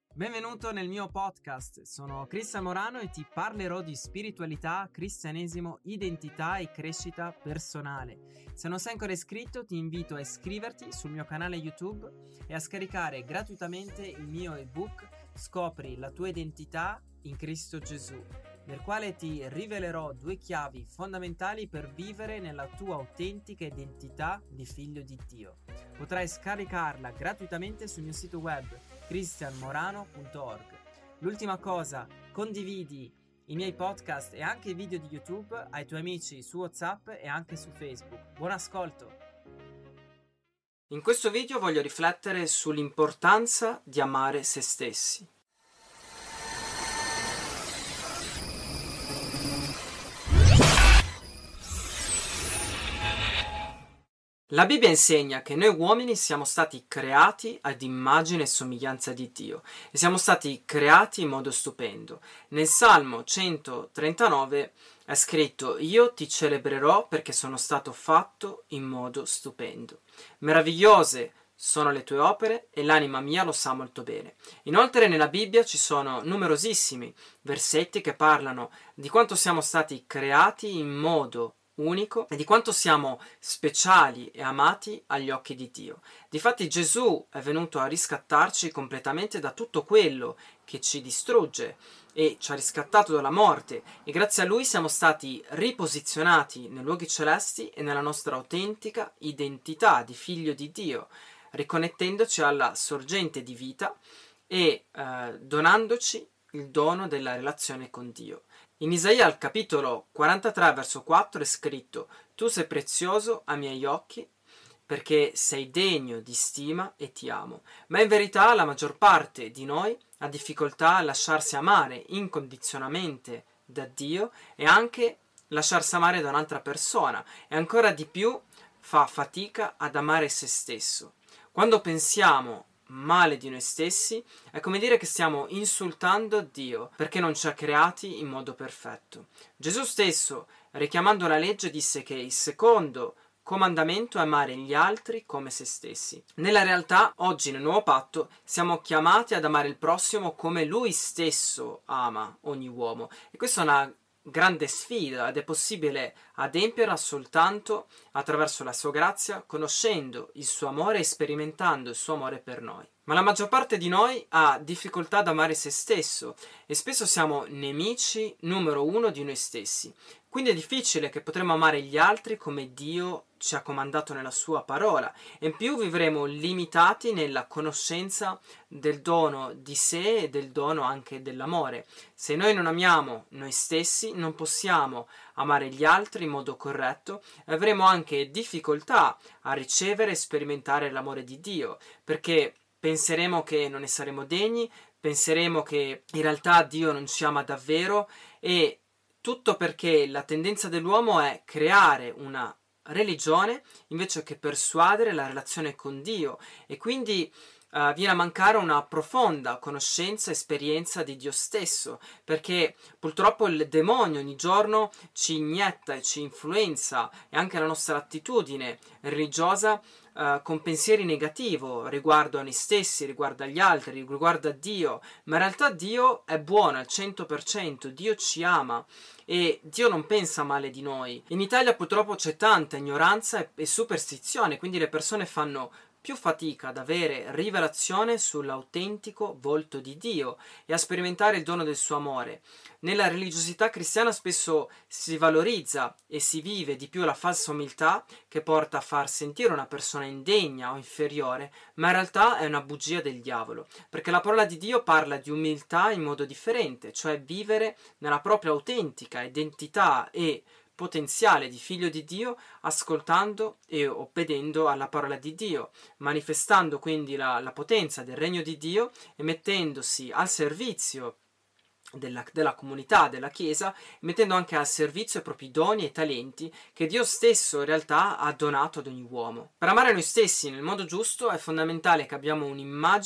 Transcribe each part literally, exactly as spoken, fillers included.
Benvenuto nel mio podcast, sono Cristian Morano e ti parlerò di spiritualità, cristianesimo, identità e crescita personale. Se non sei ancora iscritto ti invito a iscriverti sul mio canale YouTube e a scaricare gratuitamente il mio ebook Scopri la tua identità in Cristo Gesù, nel quale ti rivelerò due chiavi fondamentali per vivere nella tua autentica identità di figlio di Dio. Potrai scaricarla gratuitamente sul mio sito web cristian morano punto org. L'ultima cosa, condividi i miei podcast e anche i video di YouTube ai tuoi amici su WhatsApp e anche su Facebook. Buon ascolto! In questo video voglio riflettere sull'importanza di amare se stessi. La Bibbia insegna che noi uomini siamo stati creati ad immagine e somiglianza di Dio e siamo stati creati in modo stupendo. Nel Salmo centotrentanove è scritto: io ti celebrerò perché sono stato fatto in modo stupendo. Meravigliose sono le tue opere e l'anima mia lo sa molto bene. Inoltre nella Bibbia ci sono numerosissimi versetti che parlano di quanto siamo stati creati in modo unico e di quanto siamo speciali e amati agli occhi di Dio. Difatti Gesù è venuto a riscattarci completamente da tutto quello che ci distrugge e ci ha riscattato dalla morte, e grazie a Lui siamo stati riposizionati nei luoghi celesti e nella nostra autentica identità di figlio di Dio, riconnettendoci alla sorgente di vita e eh, donandoci il dono della relazione con Dio. In Isaia al capitolo quarantatré verso quattro è scritto: tu sei prezioso ai miei occhi perché sei degno di stima e ti amo. Ma in verità la maggior parte di noi ha difficoltà a lasciarsi amare incondizionatamente da Dio e anche lasciarsi amare da un'altra persona, e ancora di più fa fatica ad amare se stesso. Quando pensiamo male di noi stessi è come dire che stiamo insultando Dio perché non ci ha creati in modo perfetto. Gesù stesso, richiamando la legge, disse che il secondo comandamento è amare gli altri come se stessi. Nella realtà, oggi nel nuovo patto siamo chiamati ad amare il prossimo come Lui stesso ama ogni uomo, e questa è una grande sfida ed è possibile adempierla soltanto attraverso la sua grazia, conoscendo il suo amore e sperimentando il suo amore per noi. Ma la maggior parte di noi ha difficoltà ad amare se stesso e spesso siamo nemici numero uno di noi stessi. Quindi è difficile che potremo amare gli altri come Dio ci ha comandato nella sua parola, e in più vivremo limitati nella conoscenza del dono di sé e del dono anche dell'amore. Se noi non amiamo noi stessi, non possiamo amare gli altri in modo corretto e avremo anche difficoltà a ricevere e sperimentare l'amore di Dio, perché penseremo che non ne saremo degni, penseremo che in realtà Dio non ci ama davvero, e tutto perché la tendenza dell'uomo è creare una religione invece che persuadere la relazione con Dio, e quindi uh, viene a mancare una profonda conoscenza e esperienza di Dio stesso, perché purtroppo il demonio ogni giorno ci inietta e ci influenza, e anche la nostra attitudine religiosa Uh, con pensieri negativi riguardo a noi stessi, riguardo agli altri, riguardo a Dio. Ma in realtà Dio è buono al cento per cento, Dio ci ama e Dio non pensa male di noi. In Italia purtroppo c'è tanta ignoranza e, e superstizione, quindi le persone fanno più fatica ad avere rivelazione sull'autentico volto di Dio e a sperimentare il dono del suo amore. Nella religiosità cristiana spesso si valorizza e si vive di più la falsa umiltà, che porta a far sentire una persona indegna o inferiore, ma in realtà è una bugia del diavolo, perché la parola di Dio parla di umiltà in modo differente, cioè vivere nella propria autentica identità e potenziale di figlio di Dio, ascoltando e obbedendo alla parola di Dio, manifestando quindi la, la potenza del regno di Dio e mettendosi al servizio della, della comunità, della Chiesa, mettendo anche al servizio i propri doni e talenti che Dio stesso in realtà ha donato ad ogni uomo. Per amare noi stessi nel modo giusto è fondamentale che abbiamo un'immagine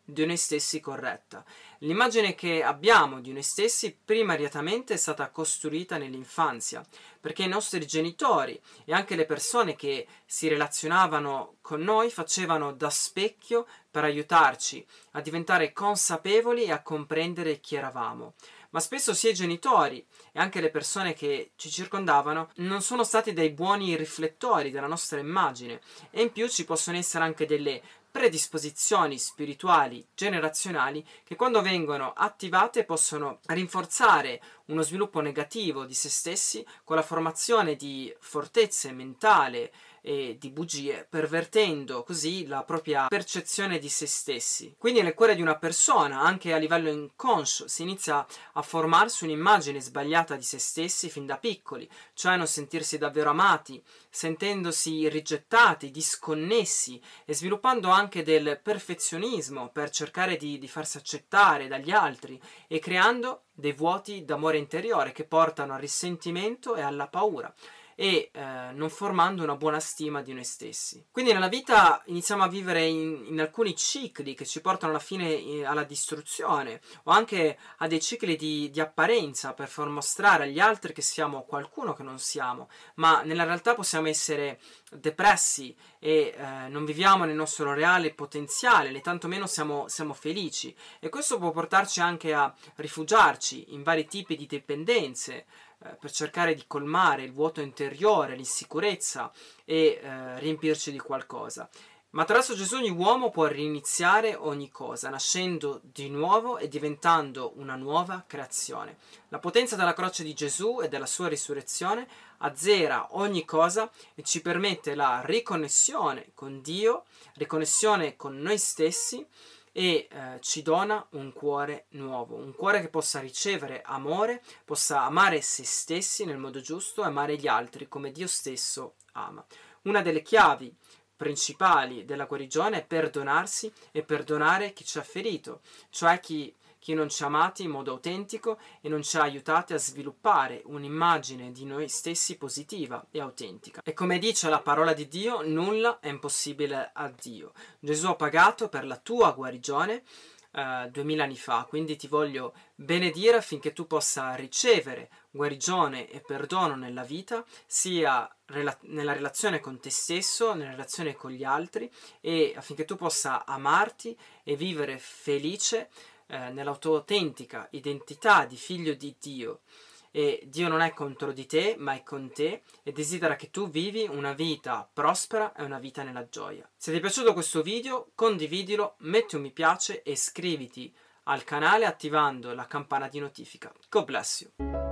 di noi stessi corretta. L'immagine che abbiamo di noi stessi primariamente è stata costruita nell'infanzia, perché i nostri genitori e anche le persone che si relazionavano con noi facevano da specchio per aiutarci a diventare consapevoli e a comprendere chi eravamo. Ma spesso sia i genitori e anche le persone che ci circondavano non sono stati dei buoni riflettori della nostra immagine, e in più ci possono essere anche delle predisposizioni spirituali generazionali che, quando vengono attivate, possono rinforzare uno sviluppo negativo di se stessi con la formazione di fortezze mentali e di bugie, pervertendo così la propria percezione di se stessi. Quindi nel cuore di una persona, anche a livello inconscio, si inizia a formarsi un'immagine sbagliata di se stessi fin da piccoli, cioè non sentirsi davvero amati, sentendosi rigettati, disconnessi e sviluppando anche del perfezionismo per cercare di, di farsi accettare dagli altri, e creando dei vuoti d'amore interiore che portano al risentimento e alla paura, e eh, non formando una buona stima di noi stessi. Quindi nella vita iniziamo a vivere in, in alcuni cicli che ci portano alla fine eh, alla distruzione, o anche a dei cicli di, di apparenza per far mostrare agli altri che siamo qualcuno che non siamo, ma nella realtà possiamo essere depressi e eh, non viviamo nel nostro reale potenziale, né tantomeno siamo, siamo felici, e questo può portarci anche a rifugiarci in vari tipi di dipendenze per cercare di colmare il vuoto interiore, l'insicurezza e eh, riempirci di qualcosa. Ma attraverso Gesù ogni uomo può riniziare ogni cosa, nascendo di nuovo e diventando una nuova creazione. La potenza della croce di Gesù e della sua risurrezione azzera ogni cosa e ci permette la riconnessione con Dio, riconnessione con noi stessi, e eh, ci dona un cuore nuovo, un cuore che possa ricevere amore, possa amare se stessi nel modo giusto e amare gli altri come Dio stesso ama. Una delle chiavi principali della guarigione è perdonarsi e perdonare chi ci ha ferito, cioè chi, chi non ci ha amati in modo autentico e non ci ha aiutati a sviluppare un'immagine di noi stessi positiva e autentica. E come dice la parola di Dio, nulla è impossibile a Dio. Gesù ha pagato per la tua guarigione eh, duemila anni fa, quindi ti voglio benedire affinché tu possa ricevere guarigione e perdono nella vita, sia rela- nella relazione con te stesso, nella relazione con gli altri, e affinché tu possa amarti e vivere felice eh, nella tua autentica identità di figlio di Dio. E Dio non è contro di te, ma è con te, e desidera che tu vivi una vita prospera e una vita nella gioia. Se ti è piaciuto questo video, condividilo, metti un mi piace e iscriviti al canale attivando la campana di notifica. God bless you!